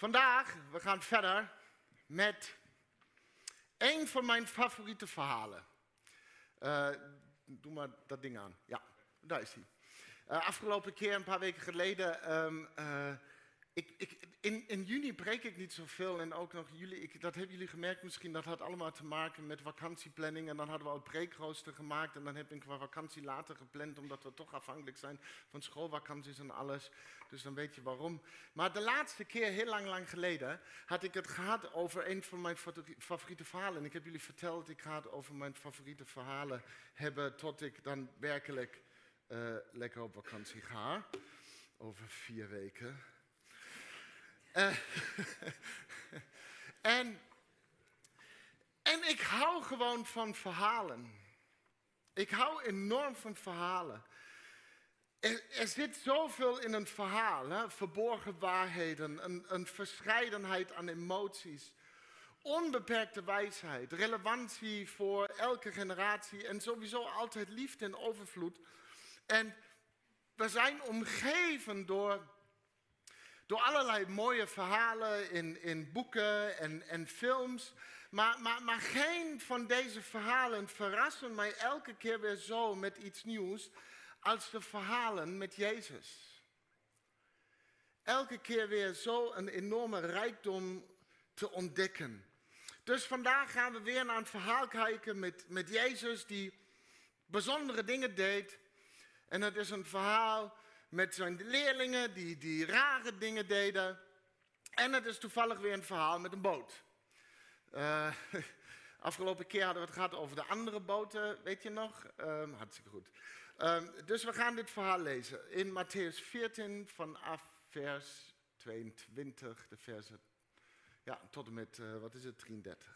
Vandaag, we gaan verder met een van mijn favoriete verhalen. Doe maar dat ding aan. Ja, daar is hij. Afgelopen keer, een paar weken geleden, in juni preek ik niet zoveel en ook nog jullie, dat hebben jullie gemerkt misschien, dat had allemaal te maken met vakantieplanning en dan hadden we al preekrooster gemaakt en dan heb ik qua vakantie later gepland omdat we toch afhankelijk zijn van schoolvakanties en alles, dus dan weet je waarom. Maar de laatste keer, heel lang geleden, had ik het gehad over een van mijn favoriete verhalen en ik heb jullie verteld, ik ga het over mijn favoriete verhalen hebben tot ik dan werkelijk lekker op vakantie ga, over 4 weken. En ik hou gewoon van verhalen. Ik hou enorm van verhalen. Er zit zoveel in een verhaal, hè? Verborgen waarheden, een verscheidenheid aan emoties, onbeperkte wijsheid, relevantie voor elke generatie en sowieso altijd liefde en overvloed. En we zijn omgeven door allerlei mooie verhalen in boeken en films. Maar geen van deze verhalen verrassen mij elke keer weer zo met iets nieuws als de verhalen met Jezus. Elke keer weer zo een enorme rijkdom te ontdekken. Dus vandaag gaan we weer naar een verhaal kijken met Jezus die bijzondere dingen deed. En het is een verhaal met zijn leerlingen die rare dingen deden. En het is toevallig weer een verhaal met een boot. Afgelopen keer hadden we het gehad over de andere boten, weet je nog? Hartstikke goed. Dus we gaan dit verhaal lezen in Mattheüs 14 vanaf vers 22, de versen tot en met, 33.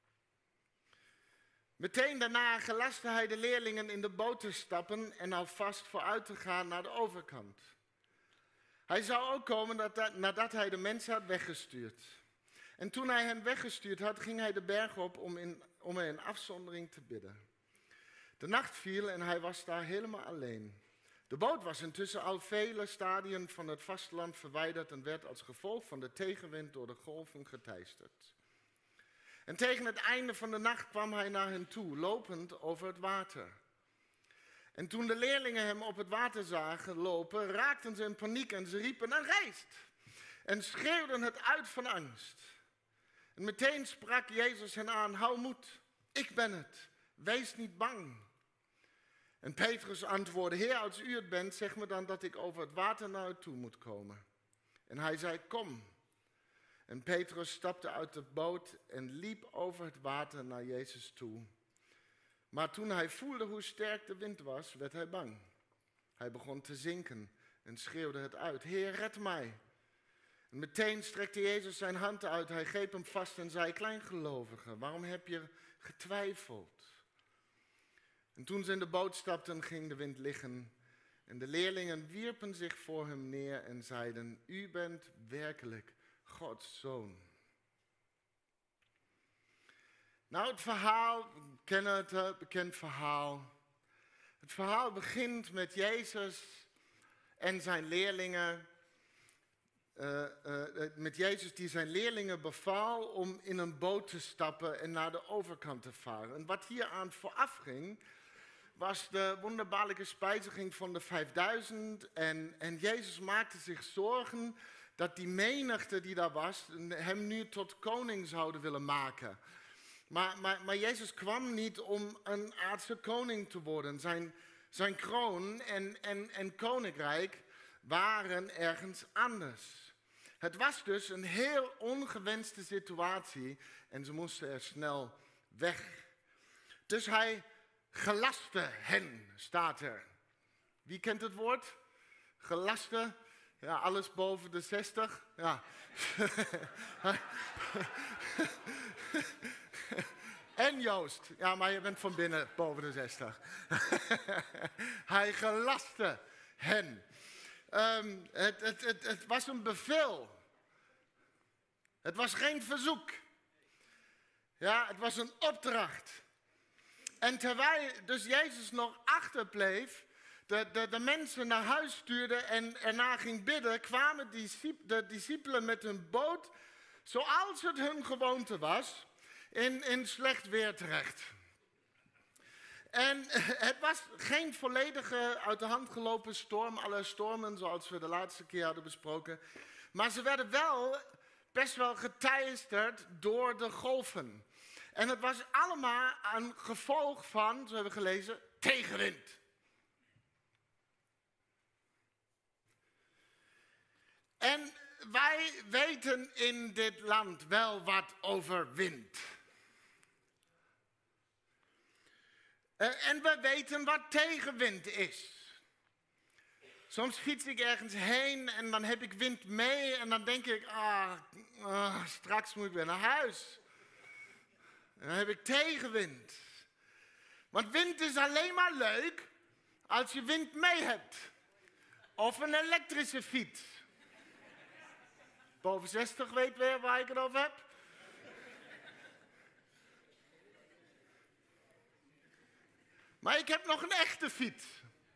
Meteen daarna gelastte hij de leerlingen in de boot te stappen en alvast vooruit te gaan naar de overkant. Hij zou ook komen nadat hij de mensen had weggestuurd. En toen hij hen weggestuurd had, ging hij de berg op om in afzondering te bidden. De nacht viel en hij was daar helemaal alleen. De boot was intussen al vele stadien van het vasteland verwijderd en werd als gevolg van de tegenwind door de golven geteisterd. En tegen het einde van de nacht kwam hij naar hen toe, lopend over het water. En toen de leerlingen hem op het water zagen lopen, raakten ze in paniek en ze riepen, een geest! En schreeuwden het uit van angst. En meteen sprak Jezus hen aan, hou moed, ik ben het, wees niet bang. En Petrus antwoordde, Heer, als u het bent, zeg me dan dat ik over het water naar u toe moet komen. En hij zei, kom. En Petrus stapte uit de boot en liep over het water naar Jezus toe. Maar toen hij voelde hoe sterk de wind was, werd hij bang. Hij begon te zinken en schreeuwde het uit, Heer, red mij. En meteen strekte Jezus zijn hand uit, hij greep hem vast en zei, kleingelovige, waarom heb je getwijfeld? En toen ze in de boot stapten, ging de wind liggen. En de leerlingen wierpen zich voor hem neer en zeiden, u bent werkelijk Gods zoon. Nou, het verhaal, we kennen het, bekend verhaal. Het verhaal begint met Jezus en zijn leerlingen. Met Jezus die zijn leerlingen beval om in een boot te stappen en naar de overkant te varen. En wat hier aan vooraf ging, was de wonderbaarlijke spijziging van de 5000. En Jezus maakte zich zorgen dat die menigte die daar was, hem nu tot koning zouden willen maken. Maar Jezus kwam niet om een aardse koning te worden. Zijn kroon en koninkrijk waren ergens anders. Het was dus een heel ongewenste situatie en ze moesten er snel weg. Dus hij gelastte hen, staat er. Wie kent het woord? Gelaste? Ja, alles boven de 60. Ja. En Joost. Ja, maar je bent van binnen boven de 60. Hij gelastte hen. Het was een bevel. Het was geen verzoek. Ja, het was een opdracht. En terwijl dus Jezus nog achterbleef, de mensen naar huis stuurde en erna ging bidden, kwamen de discipelen met hun boot, zoals het hun gewoonte was, in slecht weer terecht. En het was geen volledige uit de hand gelopen storm, alle stormen zoals we de laatste keer hadden besproken. Maar ze werden wel best wel geteisterd door de golven. En het was allemaal een gevolg van, zo hebben we gelezen, tegenwind. En wij weten in dit land wel wat over wind. En we weten wat tegenwind is. Soms fiets ik ergens heen en dan heb ik wind mee en dan denk ik, straks moet ik weer naar huis. En dan heb ik tegenwind. Want wind is alleen maar leuk als je wind mee hebt. Of een elektrische fiets. Boven 60 weet weer waar ik het over heb. Maar ik heb nog een echte fiets.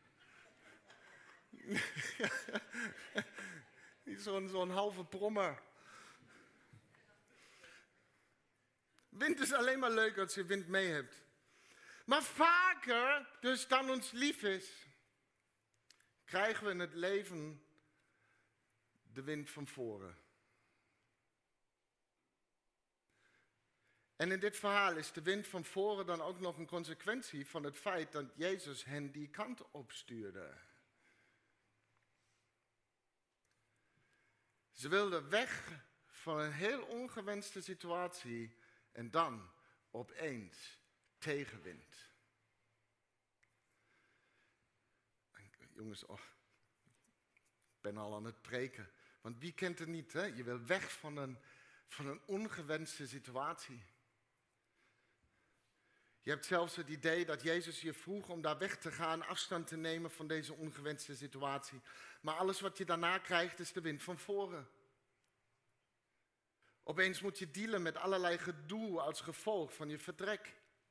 Niet zo'n halve brommer. Wind is alleen maar leuk als je wind mee hebt. Maar vaker, dus dan ons lief is, krijgen we in het leven de wind van voren. En in dit verhaal is de wind van voren dan ook nog een consequentie van het feit dat Jezus hen die kant op stuurde. Ze wilden weg van een heel ongewenste situatie en dan opeens tegenwind. Jongens, ik ben al aan het preken. Want wie kent het niet, hè? Je wil weg van een ongewenste situatie. Je hebt zelfs het idee dat Jezus je vroeg om daar weg te gaan, afstand te nemen van deze ongewenste situatie. Maar alles wat je daarna krijgt is de wind van voren. Opeens moet je dealen met allerlei gedoe als gevolg van je vertrek.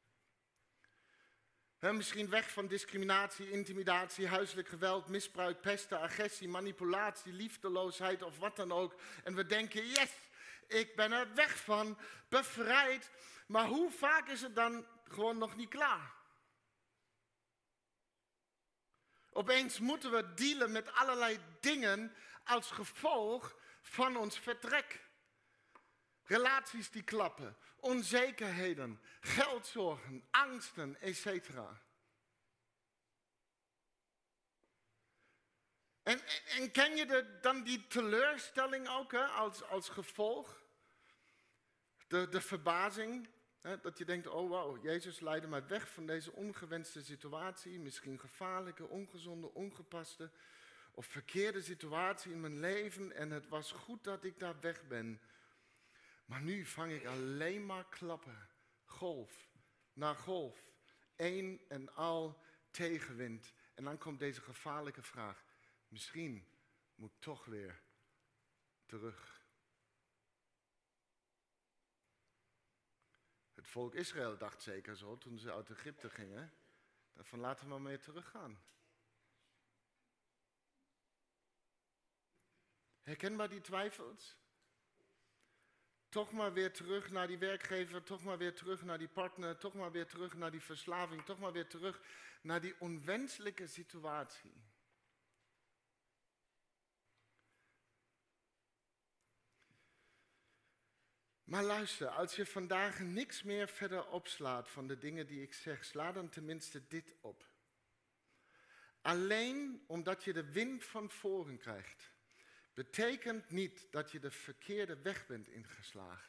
Misschien weg van discriminatie, intimidatie, huiselijk geweld, misbruik, pesten, agressie, manipulatie, liefdeloosheid of wat dan ook. En we denken, yes, ik ben er weg van, bevrijd. Maar hoe vaak is het dan gewoon nog niet klaar? Opeens moeten we dealen met allerlei dingen als gevolg van ons vertrek. Relaties die klappen, onzekerheden, geldzorgen, angsten, etc. En ken je dan die teleurstelling ook, hè, als gevolg? De verbazing, hè, dat je denkt, oh wauw, Jezus leidde mij weg van deze ongewenste situatie, misschien gevaarlijke, ongezonde, ongepaste of verkeerde situatie in mijn leven en het was goed dat ik daar weg ben. Maar nu vang ik alleen maar klappen, golf na golf, een en al tegenwind. En dan komt deze gevaarlijke vraag, misschien moet ik toch weer terug. Het volk Israël dacht zeker zo, toen ze uit Egypte gingen, van laten we maar mee teruggaan. Herkenbaar die twijfels? Toch maar weer terug naar die werkgever, toch maar weer terug naar die partner, toch maar weer terug naar die verslaving, toch maar weer terug naar die onwenselijke situatie. Maar luister, als je vandaag niks meer verder opslaat van de dingen die ik zeg, sla dan tenminste dit op. Alleen omdat je de wind van voren krijgt, betekent niet dat je de verkeerde weg bent ingeslagen.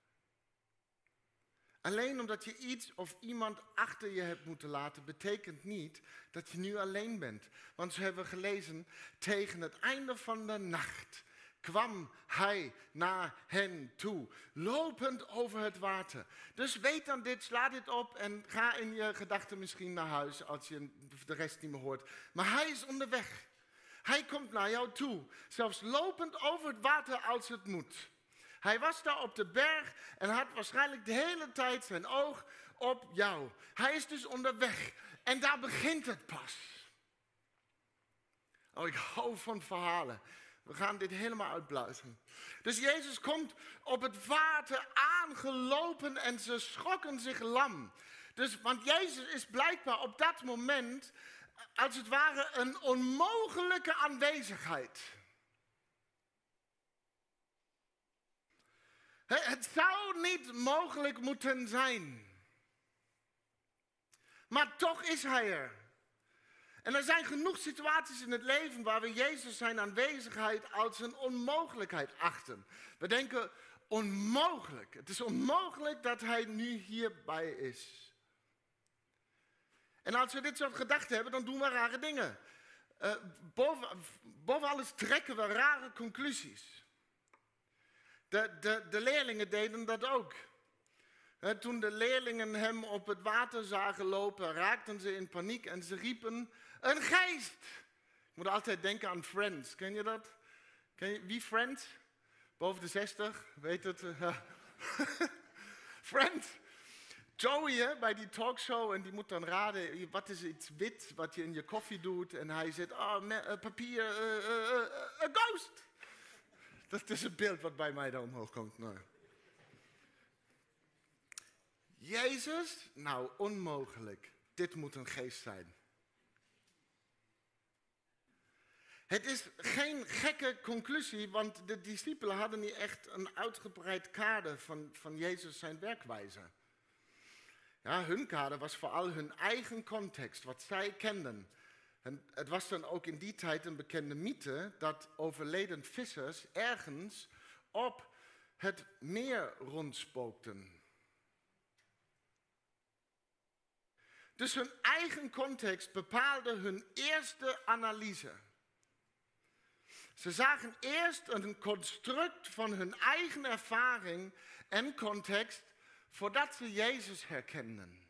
Alleen omdat je iets of iemand achter je hebt moeten laten, betekent niet dat je nu alleen bent. Want zo hebben we gelezen, tegen het einde van de nacht kwam hij naar hen toe, lopend over het water. Dus weet dan dit, sla dit op en ga in je gedachten misschien naar huis als je de rest niet meer hoort. Maar hij is onderweg. Hij komt naar jou toe, zelfs lopend over het water als het moet. Hij was daar op de berg en had waarschijnlijk de hele tijd zijn oog op jou. Hij is dus onderweg en daar begint het pas. Oh, ik hou van verhalen. We gaan dit helemaal uitblazen. Dus Jezus komt op het water aangelopen en ze schrokken zich lam. Dus, want Jezus is blijkbaar op dat moment, als het ware, een onmogelijke aanwezigheid. Het zou niet mogelijk moeten zijn. Maar toch is hij er. En er zijn genoeg situaties in het leven waar we Jezus zijn aanwezigheid als een onmogelijkheid achten. We denken, onmogelijk. Het is onmogelijk dat hij nu hierbij is. En als we dit soort gedachten hebben, dan doen we rare dingen. Boven alles trekken we rare conclusies. De leerlingen deden dat ook. Toen de leerlingen hem op het water zagen lopen, raakten ze in paniek en ze riepen, een geest! Ik moet altijd denken aan Friends. Ken je dat? Wie Friends? Boven de 60, weet het? Friends. Joey bij die talkshow en die moet dan raden, wat is iets wit wat je in je koffie doet? En hij zegt, papier, een ghost! Dat is een beeld wat bij mij dan omhoog komt. Nou. Jezus? Nou, onmogelijk. Dit moet een geest zijn. Het is geen gekke conclusie, want de discipelen hadden niet echt een uitgebreid kader van Jezus zijn werkwijze. Ja, hun kader was vooral hun eigen context, wat zij kenden. En het was dan ook in die tijd een bekende mythe dat overleden vissers ergens op het meer rondspookten. Dus hun eigen context bepaalde hun eerste analyse. Ze zagen eerst een construct van hun eigen ervaring en context voordat ze Jezus herkenden.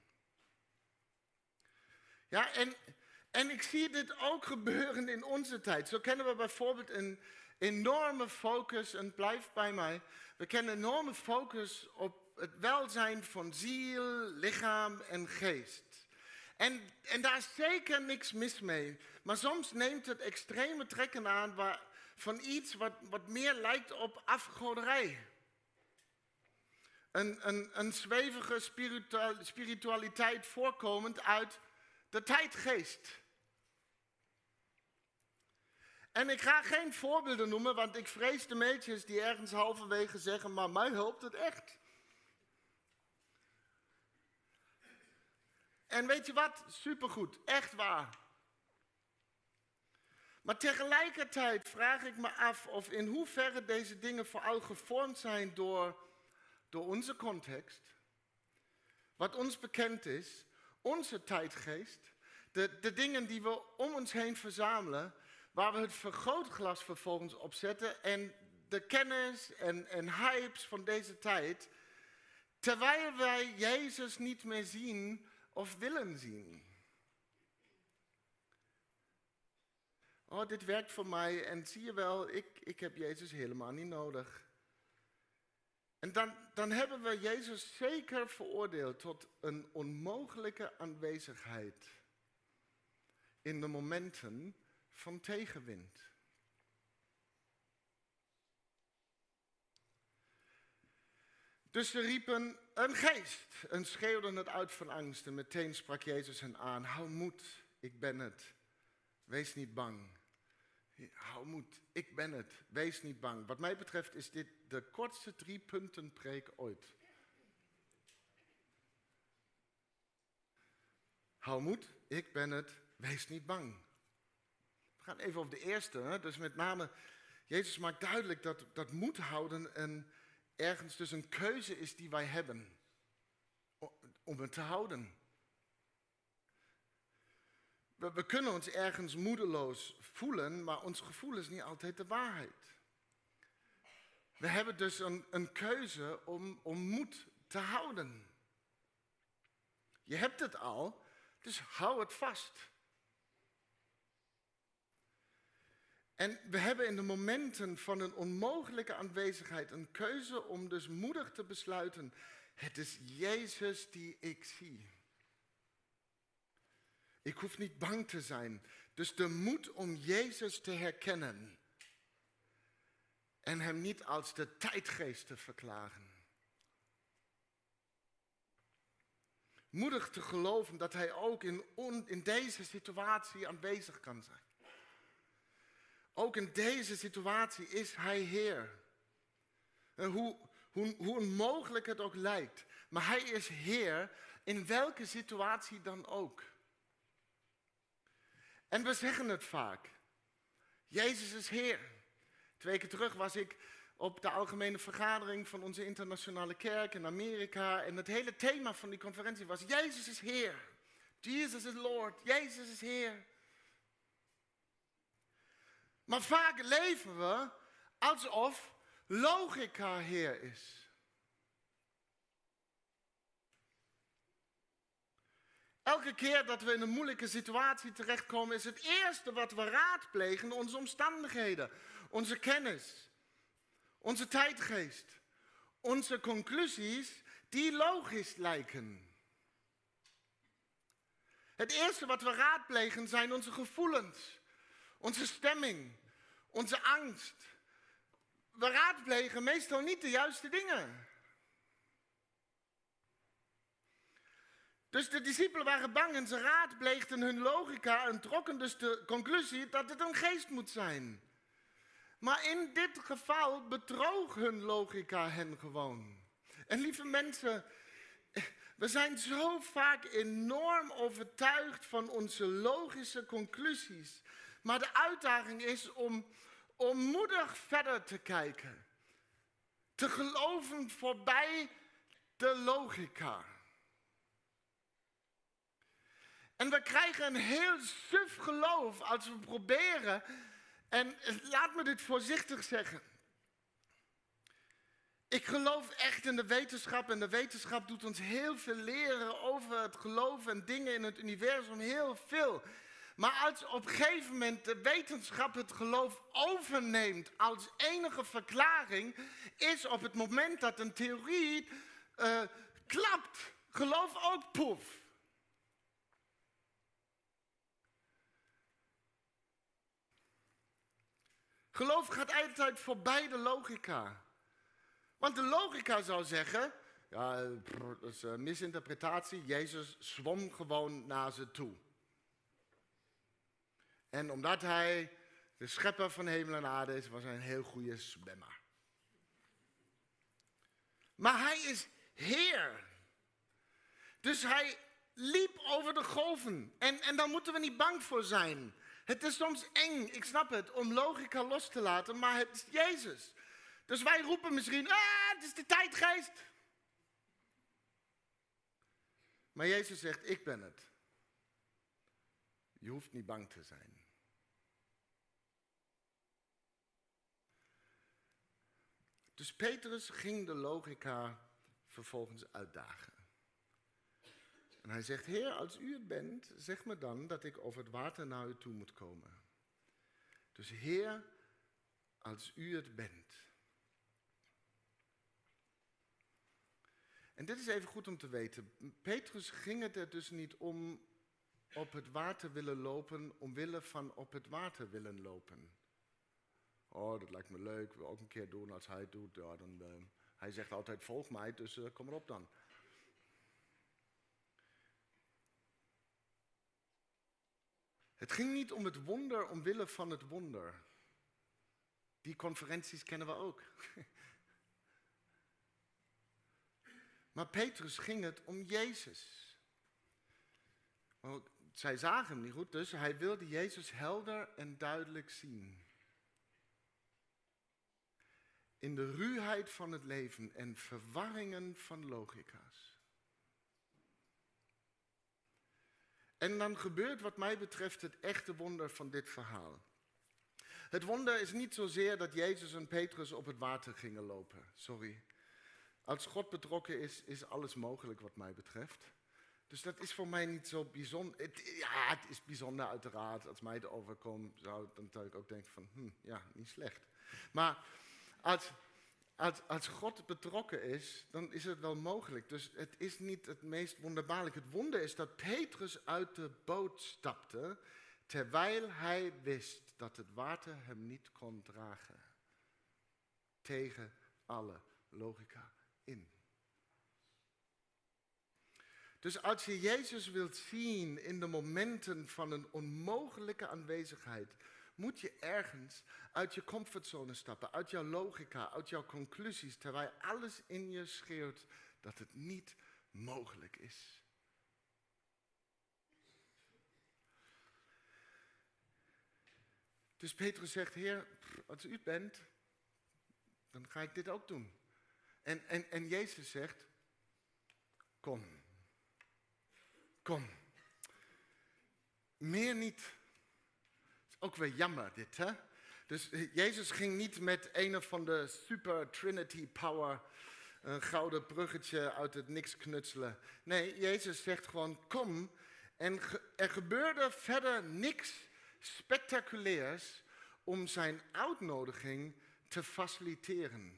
Ja, en ik zie dit ook gebeuren in onze tijd. Zo kennen we bijvoorbeeld een enorme focus, en blijf bij mij. We kennen een enorme focus op het welzijn van ziel, lichaam en geest. En daar is zeker niks mis mee. Maar soms neemt het extreme trekken aan van iets wat meer lijkt op afgoderij. Een zwevige spiritualiteit voorkomend uit de tijdgeest. En ik ga geen voorbeelden noemen, want ik vrees de meisjes die ergens halverwege zeggen, maar mij helpt het echt. En weet je wat? Supergoed, echt waar. Maar tegelijkertijd vraag ik me af of in hoeverre deze dingen vooral gevormd zijn door onze context. Wat ons bekend is, onze tijdgeest, de dingen die we om ons heen verzamelen, waar we het vergrootglas vervolgens op zetten en de kennis en hypes van deze tijd, terwijl wij Jezus niet meer zien of willen zien. Oh, dit werkt voor mij en zie je wel, ik heb Jezus helemaal niet nodig. En dan hebben we Jezus zeker veroordeeld tot een onmogelijke aanwezigheid in de momenten van tegenwind. Dus ze riepen een geest en schreeuwden het uit van angst. En meteen sprak Jezus hen aan, hou moed, ik ben het, wees niet bang. Hou moed, ik ben het, wees niet bang. Wat mij betreft is dit de kortste 3 punten preek ooit. Hou moed, ik ben het, wees niet bang. We gaan even over de eerste. Hè? Dus met name, Jezus maakt duidelijk dat moed houden ergens dus een keuze is die wij hebben. Om het te houden. We kunnen ons ergens moedeloos voelen, maar ons gevoel is niet altijd de waarheid. We hebben dus een keuze om moed te houden. Je hebt het al, dus hou het vast. En we hebben in de momenten van een onmogelijke aanwezigheid een keuze om dus moedig te besluiten, het is Jezus die ik zie. Ik hoef niet bang te zijn. Dus de moed om Jezus te herkennen. En hem niet als de tijdgeest te verklaren. Moedig te geloven dat hij ook in deze situatie aanwezig kan zijn. Ook in deze situatie is hij Heer. En hoe onmogelijk het ook lijkt. Maar hij is Heer in welke situatie dan ook. En we zeggen het vaak. Jezus is Heer. 2 weken terug was ik op de algemene vergadering van onze internationale kerk in Amerika. En het hele thema van die conferentie was: Jezus is Heer. Jesus is Lord. Jezus is Heer. Maar vaak leven we alsof logica Heer is. Elke keer dat we in een moeilijke situatie terechtkomen, is het eerste wat we raadplegen onze omstandigheden, onze kennis, onze tijdgeest, onze conclusies die logisch lijken. Het eerste wat we raadplegen zijn onze gevoelens, onze stemming, onze angst. We raadplegen meestal niet de juiste dingen. Dus de discipelen waren bang en ze raadpleegden hun logica en trokken dus de conclusie dat het een geest moet zijn. Maar in dit geval bedroog hun logica hen gewoon. En lieve mensen, we zijn zo vaak enorm overtuigd van onze logische conclusies. Maar de uitdaging is om moedig verder te kijken. Te geloven voorbij de logica. En we krijgen een heel suf geloof als we proberen. En laat me dit voorzichtig zeggen. Ik geloof echt in de wetenschap. En de wetenschap doet ons heel veel leren over het geloof en dingen in het universum. Heel veel. Maar als op een gegeven moment de wetenschap het geloof overneemt als enige verklaring, is op het moment dat een theorie klapt, geloof ook poef. Geloof gaat altijd voorbij de logica. Want de logica zou zeggen, ja, dat is een misinterpretatie, Jezus zwom gewoon naar ze toe. En omdat hij de schepper van hemel en aarde is, was hij een heel goede zwemmer. Maar hij is Heer. Dus hij liep over de golven. En daar moeten we niet bang voor zijn. Het is soms eng, ik snap het, om logica los te laten, maar het is Jezus. Dus wij roepen misschien, het is de tijdgeest. Maar Jezus zegt, ik ben het. Je hoeft niet bang te zijn. Dus Petrus ging de logica vervolgens uitdagen. En hij zegt, Heer, als u het bent, zeg me dan dat ik over het water naar u toe moet komen. Dus Heer, als u het bent. En dit is even goed om te weten. Petrus ging het er dus niet om op het water willen lopen, omwille van op het water willen lopen. Oh, dat lijkt me leuk, wil ook een keer doen als hij het doet. Ja, hij zegt altijd, volg mij, dus kom erop dan. Het ging niet om het wonder omwille van het wonder. Die conferenties kennen we ook. Maar Petrus ging het om Jezus. Want zij zagen hem niet goed, dus hij wilde Jezus helder en duidelijk zien. In de ruwheid van het leven en verwarringen van logica's. En dan gebeurt wat mij betreft het echte wonder van dit verhaal. Het wonder is niet zozeer dat Jezus en Petrus op het water gingen lopen. Sorry. Als God betrokken is, is alles mogelijk wat mij betreft. Dus dat is voor mij niet zo bijzonder. Het is bijzonder uiteraard. Als mij het overkomt, zou ik ook denken van, ja, niet slecht. Maar als God betrokken is, dan is het wel mogelijk. Dus het is niet het meest wonderbaarlijk. Het wonder is dat Petrus uit de boot stapte terwijl hij wist dat het water hem niet kon dragen. Tegen alle logica in. Dus als je Jezus wilt zien in de momenten van een onmogelijke aanwezigheid, moet je ergens uit je comfortzone stappen, uit jouw logica, uit jouw conclusies, terwijl alles in je schreeuwt dat het niet mogelijk is. Dus Petrus zegt, Heer, als u het bent, dan ga ik dit ook doen. En Jezus zegt, kom. Kom. Meer niet. Is ook weer jammer dit, hè? Dus Jezus ging niet met een van de super Trinity power, een gouden bruggetje uit het niks knutselen. Nee, Jezus zegt gewoon, kom. En er gebeurde verder niks spectaculairs om zijn uitnodiging te faciliteren.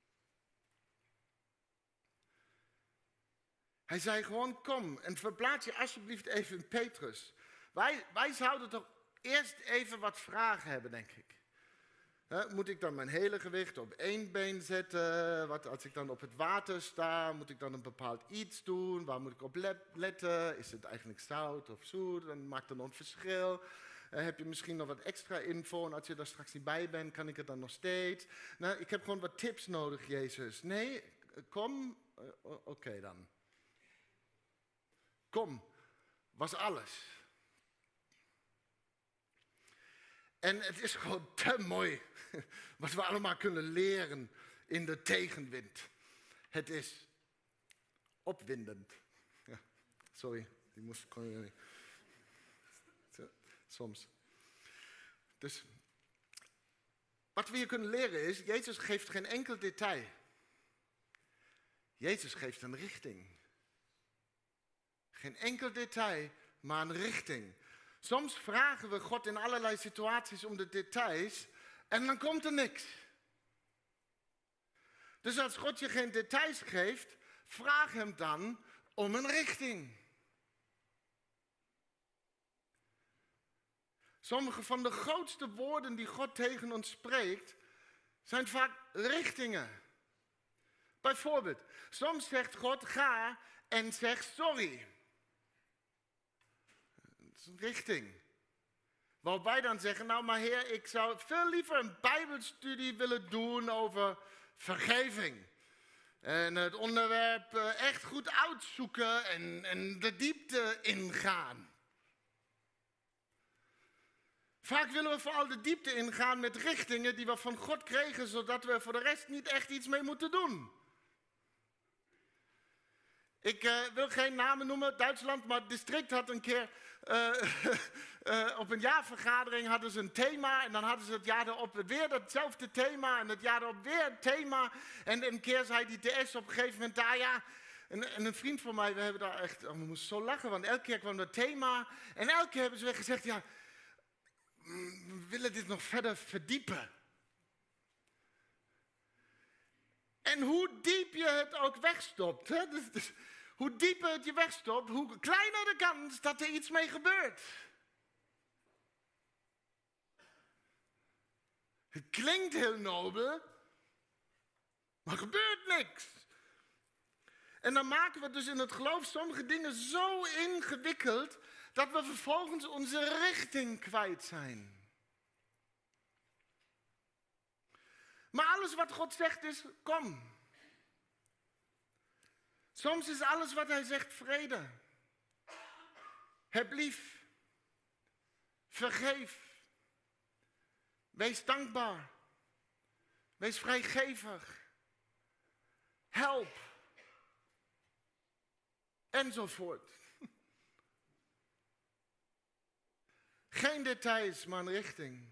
Hij zei gewoon, kom en verplaats je alsjeblieft even in Petrus. Wij zouden toch eerst even wat vragen hebben, denk ik. Moet ik dan mijn hele gewicht op één been zetten? Wat als ik dan op het water sta, moet ik dan een bepaald iets doen? Waar moet ik op letten? Is het eigenlijk zout of zoet? Dan maakt het nog een verschil. Heb je misschien nog wat extra info? En als je daar straks niet bij bent, kan ik het dan nog steeds? Nou, ik heb gewoon wat tips nodig, Jezus. Nee, kom. Oké dan. Kom, was alles. En het is gewoon te mooi wat we allemaal kunnen leren in de tegenwind. Het is opwindend. Ja, sorry, die moest ik soms. Dus wat we hier kunnen leren is, Jezus geeft geen enkel detail. Jezus geeft een richting. Geen enkel detail, maar een richting. Soms vragen we God in allerlei situaties om de details en dan komt er niks. Dus als God je geen details geeft, vraag hem dan om een richting. Sommige van de grootste woorden die God tegen ons spreekt, zijn vaak richtingen. Bijvoorbeeld, soms zegt God, ga en zeg sorry. Dat is een richting. Waarop wij dan zeggen, nou maar Heer, ik zou veel liever een Bijbelstudie willen doen over vergeving. En het onderwerp echt goed uitzoeken en de diepte ingaan. Vaak willen we vooral de diepte ingaan met richtingen die we van God kregen, zodat we voor de rest niet echt iets mee moeten doen. Ik wil geen namen noemen, Duitsland, maar het district had een keer op een jaarvergadering hadden ze een thema. En dan hadden ze het jaar erop weer hetzelfde thema en het jaar erop weer een thema. En een keer zei die TS op een gegeven moment, en een vriend van mij, we hebben daar echt, we moesten zo lachen, want elke keer kwam dat thema. En elke keer hebben ze weer gezegd, ja, we willen dit nog verder verdiepen. En hoe diep je het ook wegstopt, hè? Dus hoe dieper het je wegstopt, hoe kleiner de kans dat er iets mee gebeurt. Het klinkt heel nobel, maar gebeurt niks. En dan maken we dus in het geloof sommige dingen zo ingewikkeld, dat we vervolgens onze richting kwijt zijn. Maar alles wat God zegt is, kom. Soms is alles wat hij zegt vrede. Heb lief. Vergeef. Wees dankbaar. Wees vrijgevig. Help. Enzovoort. Geen details, maar een richting.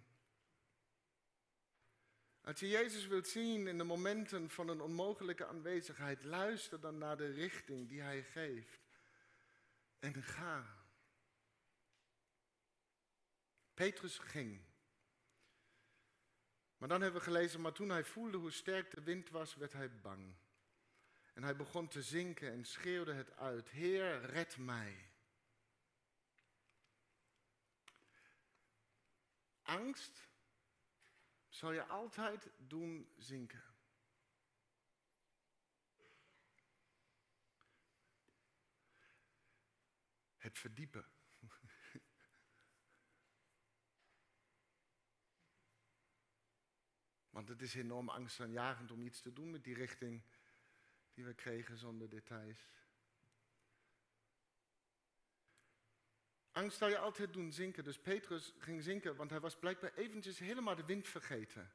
Als je Jezus wilt zien in de momenten van een onmogelijke aanwezigheid, luister dan naar de richting die hij geeft. En ga. Petrus ging. Maar dan hebben we gelezen, maar toen hij voelde hoe sterk de wind was, werd hij bang. En hij begon te zinken en schreeuwde het uit, Heer, red mij. Angst zal je altijd doen zinken. Het verdiepen. Want het is enorm angstaanjagend om iets te doen met die richting die we kregen zonder details. Angst zal je altijd doen zinken. Dus Petrus ging zinken, want hij was blijkbaar eventjes helemaal de wind vergeten.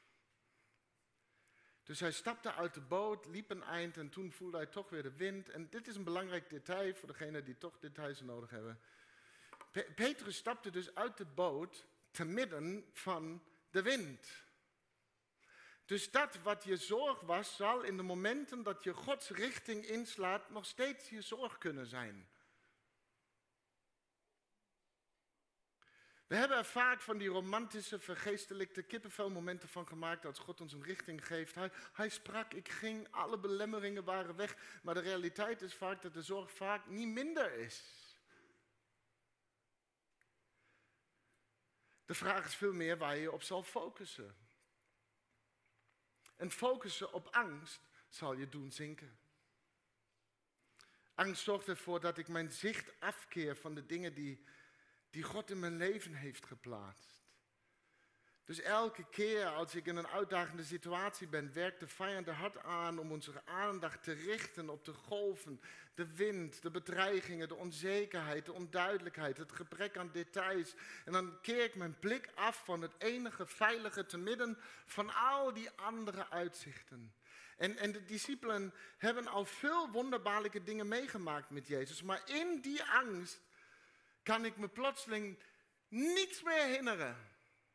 Dus hij stapte uit de boot, liep een eind en toen voelde hij toch weer de wind. En dit is een belangrijk detail voor degenen die toch details nodig hebben. Petrus stapte dus uit de boot te midden van de wind. Dus dat wat je zorg was, zal in de momenten dat je Gods richting inslaat nog steeds je zorg kunnen zijn. We hebben er vaak van die romantische, vergeestelijke kippenvelmomenten van gemaakt als God ons een richting geeft. Hij sprak, ik ging, alle belemmeringen waren weg. Maar de realiteit is vaak dat de zorg vaak niet minder is. De vraag is veel meer waar je je op zal focussen. En focussen op angst zal je doen zinken. Angst zorgt ervoor dat ik mijn zicht afkeer van de dingen die God in mijn leven heeft geplaatst. Dus elke keer als ik in een uitdagende situatie ben, werkt de vijand er hard aan om onze aandacht te richten op de golven, de wind, de bedreigingen, de onzekerheid, de onduidelijkheid, het gebrek aan details. En dan keer ik mijn blik af van het enige veilige te midden van al die andere uitzichten. En de discipelen hebben al veel wonderbaarlijke dingen meegemaakt met Jezus, maar in die angst kan ik me plotseling niets meer herinneren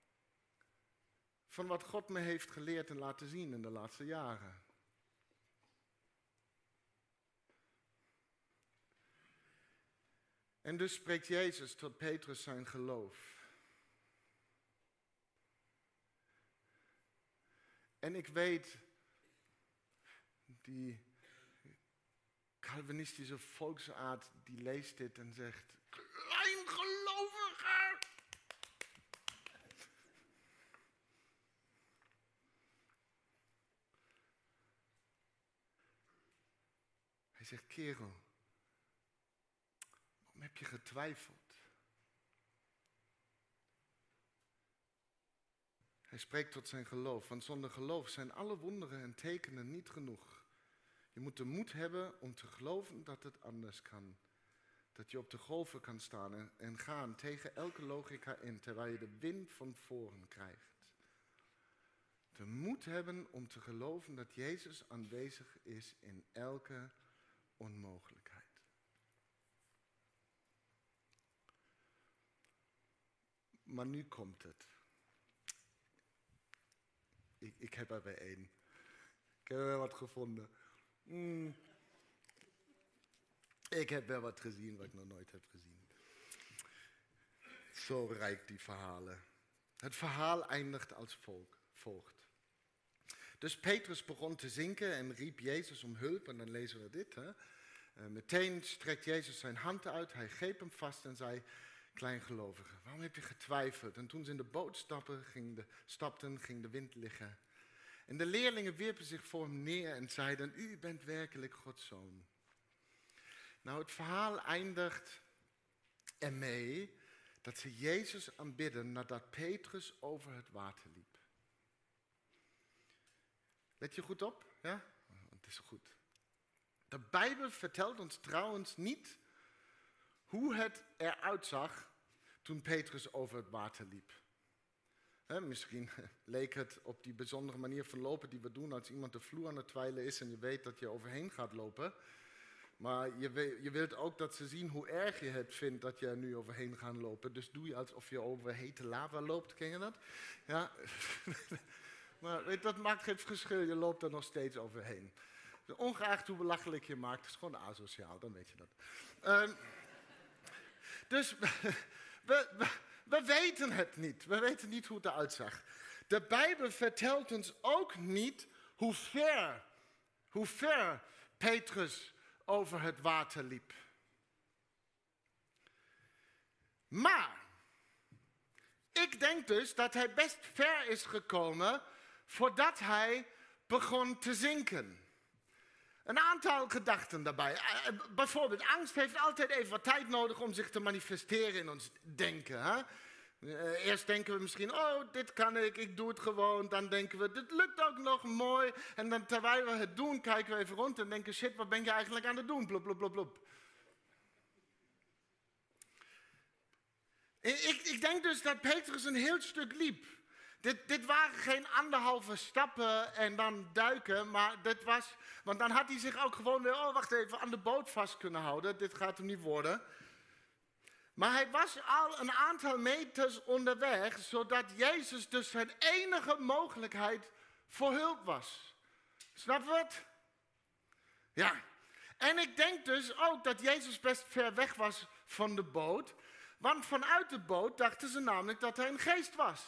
van wat God me heeft geleerd en laten zien in de laatste jaren. En dus spreekt Jezus tot Petrus zijn geloof. En ik weet, die Calvinistische volksaard die leest dit en zegt, kleingelovige! Hij zegt, kerel, waarom heb je getwijfeld? Hij spreekt tot zijn geloof, want zonder geloof zijn alle wonderen en tekenen niet genoeg. Je moet de moed hebben om te geloven dat het anders kan. Dat je op de golven kan staan en gaan tegen elke logica in, terwijl je de wind van voren krijgt. De moed hebben om te geloven dat Jezus aanwezig is in elke onmogelijkheid. Maar nu komt het. Ik heb er weer één. Ik heb er weer wat gevonden. Ik heb wel wat gezien wat ik nog nooit heb gezien. Zo rijk die verhalen. Het verhaal eindigt als volgt. Dus Petrus begon te zinken en riep Jezus om hulp. En dan lezen we dit. Meteen strekt Jezus zijn hand uit. Hij greep hem vast en zei, kleingelovige, waarom heb je getwijfeld? En toen ze in de boot stapten, ging de wind liggen. En de leerlingen wierpen zich voor hem neer en zeiden, u bent werkelijk Gods zoon. Nou, het verhaal eindigt ermee dat ze Jezus aanbidden nadat Petrus over het water liep. Let je goed op? Ja? Het is goed. De Bijbel vertelt ons trouwens niet hoe het eruit zag toen Petrus over het water liep. Misschien leek het op die bijzondere manier van lopen die we doen als iemand de vloer aan het dweilen is en je weet dat je overheen gaat lopen. Maar je wilt ook dat ze zien hoe erg je het vindt dat je er nu overheen gaat lopen. Dus doe je alsof je over hete lava loopt, ken je dat? Ja. Maar dat maakt geen verschil, je loopt er nog steeds overheen. Ongeacht hoe belachelijk je maakt, het is gewoon asociaal, dan weet je dat. Dus we weten het niet. We weten niet hoe het eruit zag. De Bijbel vertelt ons ook niet hoe ver Petrus over het water liep. Maar ik denk dus dat hij best ver is gekomen voordat hij begon te zinken. Een aantal gedachten daarbij. Bijvoorbeeld, angst heeft altijd even wat tijd nodig om zich te manifesteren in ons denken. Hè? Eerst denken we misschien, oh, dit kan ik doe het gewoon. Dan denken we, dit lukt ook nog mooi. En dan terwijl we het doen, kijken we even rond en denken, shit, wat ben je eigenlijk aan het doen? Blop, blop, blop, blop. Ik denk dus dat Petrus een heel stuk liep. Dit waren geen 1,5 stappen en dan duiken, maar dit was... Want dan had hij zich ook gewoon weer, oh wacht even, aan de boot vast kunnen houden. Dit gaat hem niet worden. Maar hij was al een aantal meters onderweg, zodat Jezus dus zijn enige mogelijkheid voor hulp was. Snap je het? Ja. En ik denk dus ook dat Jezus best ver weg was van de boot. Want vanuit de boot dachten ze namelijk dat hij een geest was.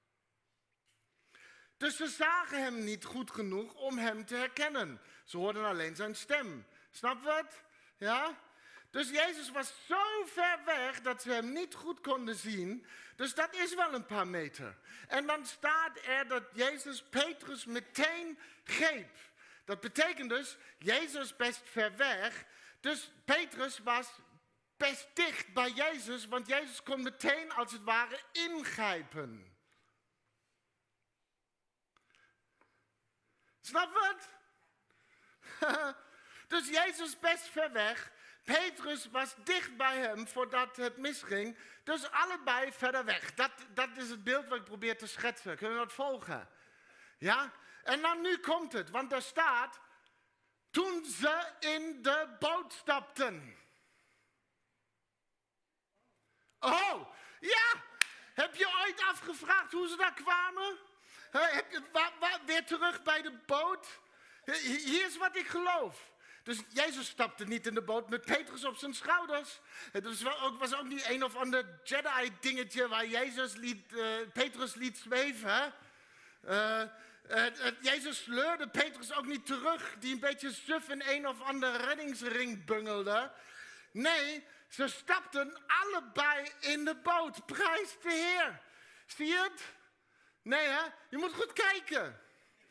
Dus ze zagen hem niet goed genoeg om hem te herkennen. Ze hoorden alleen zijn stem. Snap je het? Ja? Dus Jezus was zo ver weg dat ze hem niet goed konden zien. Dus dat is wel een paar meter. En dan staat er dat Jezus Petrus meteen greep. Dat betekent dus, Jezus best ver weg. Dus Petrus was best dicht bij Jezus, want Jezus kon meteen als het ware ingrijpen. Snap je het? Dus Jezus best ver weg. Petrus was dicht bij hem voordat het misging. Dus allebei verder weg. Dat is het beeld wat ik probeer te schetsen. Kunnen we dat volgen? Ja? En dan nu komt het. Want daar staat, toen ze in de boot stapten. Oh, ja! Heb je ooit afgevraagd hoe ze daar kwamen? Weer terug bij de boot? Hier is wat ik geloof. Dus Jezus stapte niet in de boot met Petrus op zijn schouders. Het was ook niet een of ander Jedi-dingetje waar Jezus Petrus liet zweven. Jezus sleurde Petrus ook niet terug, die een beetje suf in een of andere reddingsring bungelde. Nee, ze stapten allebei in de boot. Prijs de Heer. Zie je het? Nee hè? Je moet goed kijken.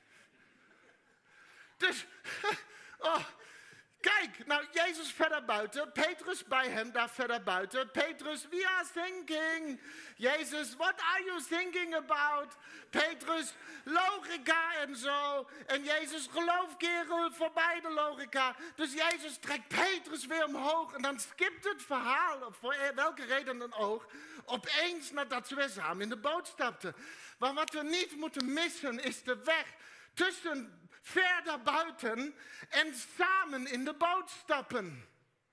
Dus, oh, kijk, nou Jezus verder buiten, Petrus bij hem daar verder buiten. Petrus, we are thinking. Jezus, what are you thinking about? Petrus, logica en zo. En Jezus, geloof kerel, voorbij de logica. Dus Jezus trekt Petrus weer omhoog en dan skipt het verhaal, voor welke reden dan ook, opeens nadat ze weer samen in de boot stapten. Maar wat we niet moeten missen is de weg tussen ver daarbuiten en samen in de boot stappen.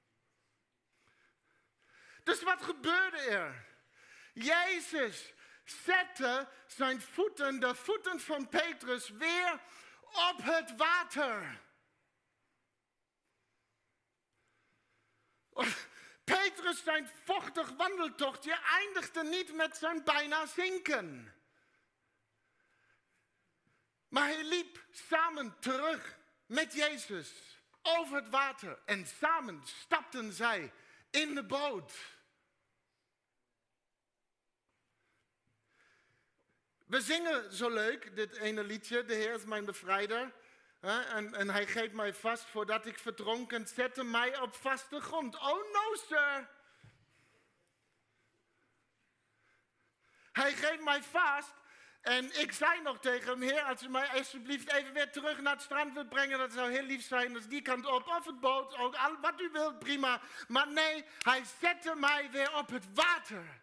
Dus wat gebeurde er? Jezus zette zijn voeten, de voeten van Petrus, weer op het water. Petrus zijn vochtig wandeltochtje eindigde niet met zijn bijna zinken. Maar hij liep samen terug met Jezus over het water. En samen stapten zij in de boot. We zingen zo leuk, dit ene liedje, de Heer is mijn bevrijder. En hij greep mij vast voordat ik verdronken, zette mij op vaste grond. Oh no, sir. Hij greep mij vast. En ik zei nog tegen hem, Heer, als u mij alsjeblieft even weer terug naar het strand wilt brengen, dat zou heel lief zijn. Dus die kant op, of het boot, ook wat u wilt, prima. Maar nee, hij zette mij weer op het water.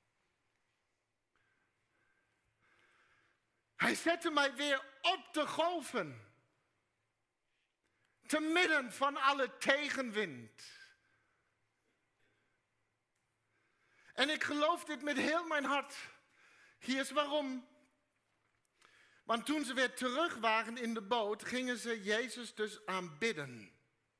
Hij zette mij weer op de golven. Te midden van alle tegenwind. En ik geloof dit met heel mijn hart. Hier is waarom. Want toen ze weer terug waren in de boot, gingen ze Jezus dus aanbidden.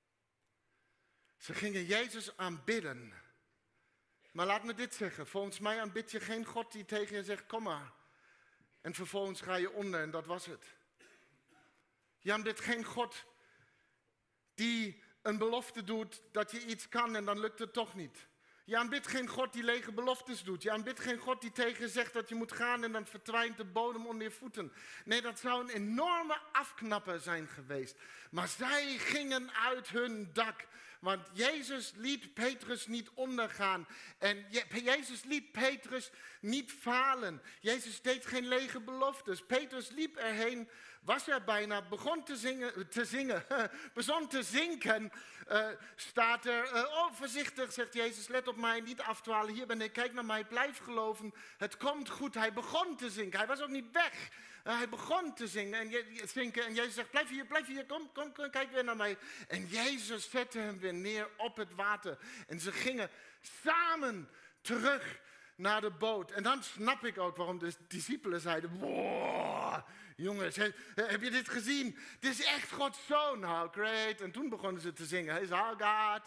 Ze gingen Jezus aanbidden. Maar laat me dit zeggen, volgens mij aanbid je geen God die tegen je zegt, kom maar. En vervolgens ga je onder en dat was het. Je aanbidt geen God die een belofte doet dat je iets kan en dan lukt het toch niet. Je aanbidt geen God die lege beloftes doet. Je aanbidt geen God die tegen je zegt dat je moet gaan en dan verdwijnt de bodem onder je voeten. Nee, dat zou een enorme afknapper zijn geweest. Maar zij gingen uit hun dak. Want Jezus liet Petrus niet ondergaan. En Jezus liet Petrus niet falen. Jezus deed geen lege beloftes. Petrus liep erheen, was er bijna, begon begon te zinken. Staat er, voorzichtig, zegt Jezus, let op mij, niet afdwalen. Hier ben ik, kijk naar mij, blijf geloven. Het komt goed. Hij begon te zinken. Hij was ook niet weg. Hij begon te zinken en Jezus zegt, blijf hier, kom, kijk weer naar mij. En Jezus zette hem weer neer op het water. En ze gingen samen terug naar de boot. En dan snap ik ook waarom de discipelen zeiden, wow, jongens, heb je dit gezien? Dit is echt Gods zoon. Nou, great. En toen begonnen ze te zingen, hij is our God.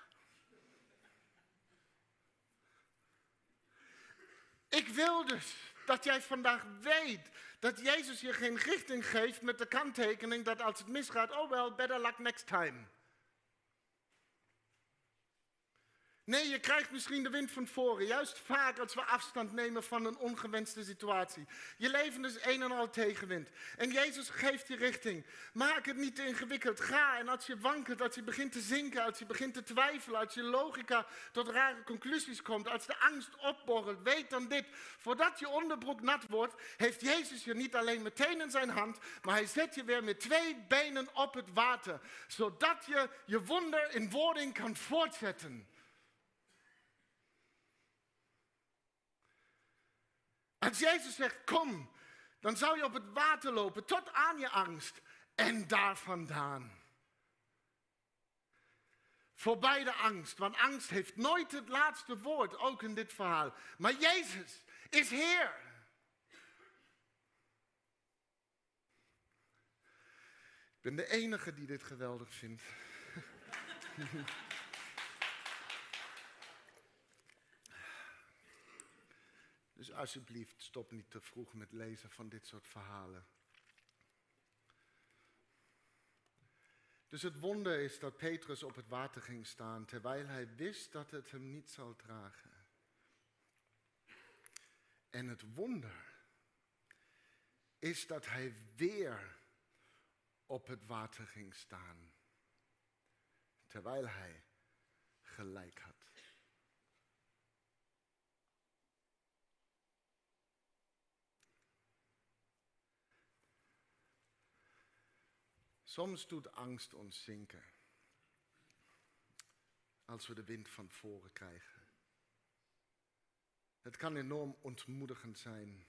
Ik wil dus dat jij vandaag weet dat Jezus je geen richting geeft met de kanttekening dat als het misgaat, oh well, better luck next time. Nee, je krijgt misschien de wind van voren. Juist vaak als we afstand nemen van een ongewenste situatie. Je leven is een en al tegenwind. En Jezus geeft je richting. Maak het niet te ingewikkeld. Ga en als je wankelt, als je begint te zinken, als je begint te twijfelen, als je logica tot rare conclusies komt, als de angst opborrelt, weet dan dit. Voordat je onderbroek nat wordt, heeft Jezus je niet alleen meteen in zijn hand, maar hij zet je weer met 2 benen op het water. Zodat je je wonder in wording kan voortzetten. Als Jezus zegt, kom, dan zou je op het water lopen tot aan je angst en daar vandaan. Voorbij de angst, want angst heeft nooit het laatste woord, ook in dit verhaal. Maar Jezus is Heer. Ik ben de enige die dit geweldig vindt. Dus alsjeblieft, stop niet te vroeg met lezen van dit soort verhalen. Dus het wonder is dat Petrus op het water ging staan, terwijl hij wist dat het hem niet zou dragen. En het wonder is dat hij weer op het water ging staan, terwijl hij gelijk had. Soms doet angst ons zinken, als we de wind van voren krijgen. Het kan enorm ontmoedigend zijn.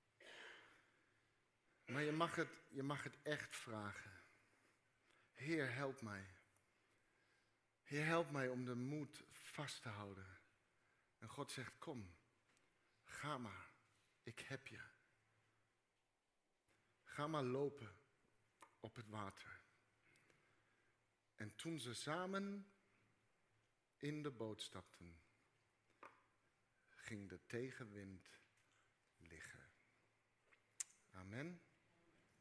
Maar je mag het echt vragen. Heer, help mij. Heer, help mij om de moed vast te houden. En God zegt, kom, ga maar, ik heb je. Ga maar lopen op het water. En toen ze samen in de boot stapten, ging de tegenwind liggen. Amen.